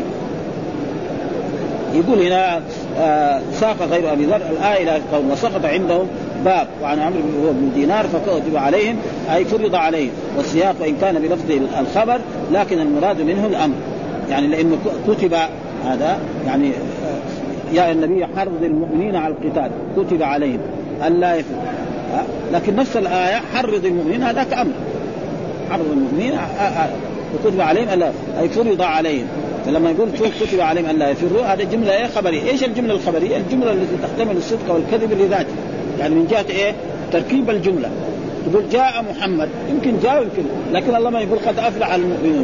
يقول هنا آه ساق غير أبي ذر الآية إلى قوم وسقط عندهم باب وعن عمرو بن دينار فكتب عليهم أي فرض عليهم. والسياق وإن كان بلفظ الخبر لكن المراد منه الأمر يعني لأنه كتب هذا يعني آه يا النبي حرض المؤمنين على القتال كتب عليهم ألا يفعلوا آه لكن نفس الآية حرض المؤمنين هذاك أمر حرض المؤمنين آه آه وكتب عليهم ألا أي فرض عليهم. فلما يقول كتب عليهم أن لا يفروا هذه جملة إيه خبرية. إيش الجملة الخبرية؟ الجملة التي تحتمل الصدق والكذب لذاته يعني من جهة إيه تركيب الجملة. تقول جاء محمد يمكن جاء يمكن لكن الله ما يقول قد أفلح المؤمنون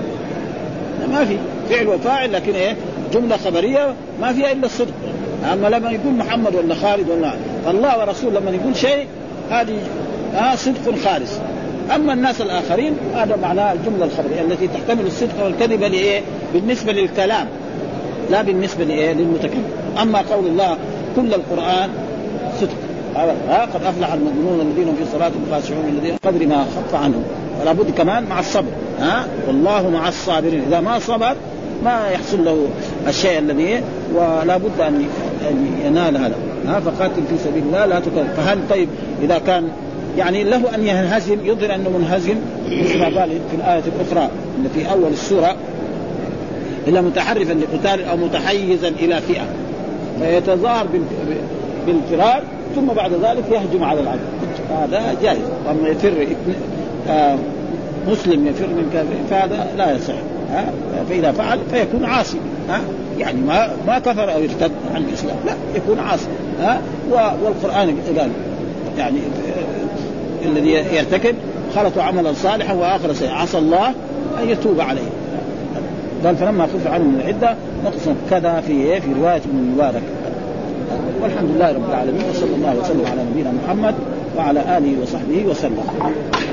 ما في فعل وفاعل لكن إيه جملة خبرية ما فيها إلا الصدق. أما لما يقول محمد ولا خالد ولا الله ورسول لما يقول شيء هذه آه صدق خالص. أما الناس الآخرين هذا معناه الجملة الخبرية التي تحتمل الصدق والكذب لإيه بالنسبة للكلام لا بالنسبة لإيه للمتكلم. أما قول الله كل القرآن صدق ها قد أفلح المؤمنون الذين في صلاتهم خاشعون الذين قدر ما خف عنهم. فلا بد كمان مع الصبر ها والله مع الصابرين. إذا ما صبر ما يحصل له الشيء الذي ولا بد أن ينال هذا ها فقاتل في سبيل الله لا تكلم. فهل طيب إذا كان يعني له أن ينهزم يظهر أنه منهزم مثل ما قال في الآية الأخرى اللي في أول السورة إلا متحرفا لقتال أو متحيزا إلى فئة فيتظاهر بالفرار ثم بعد ذلك يهجم على العدو هذا جائز. وأما يفر آه مسلم يفر من كافر فهذا لا يصح ها فإذا فعل فيكون عاصي ها يعني ما ما كفر أو يرتد عن الإسلام لا يكون عاصي ها. والقرآن قال يعني الذي يرتكب خلط عملا صالحا وآخر سيء عسى الله أن يتوب عليه. قال فلما خف عنه من العدة نقص كذا في في رواية ابن المبارك. والحمد لله رب العالمين وصلى الله وسلم على نبينا محمد وعلى آله وصحبه وسلم.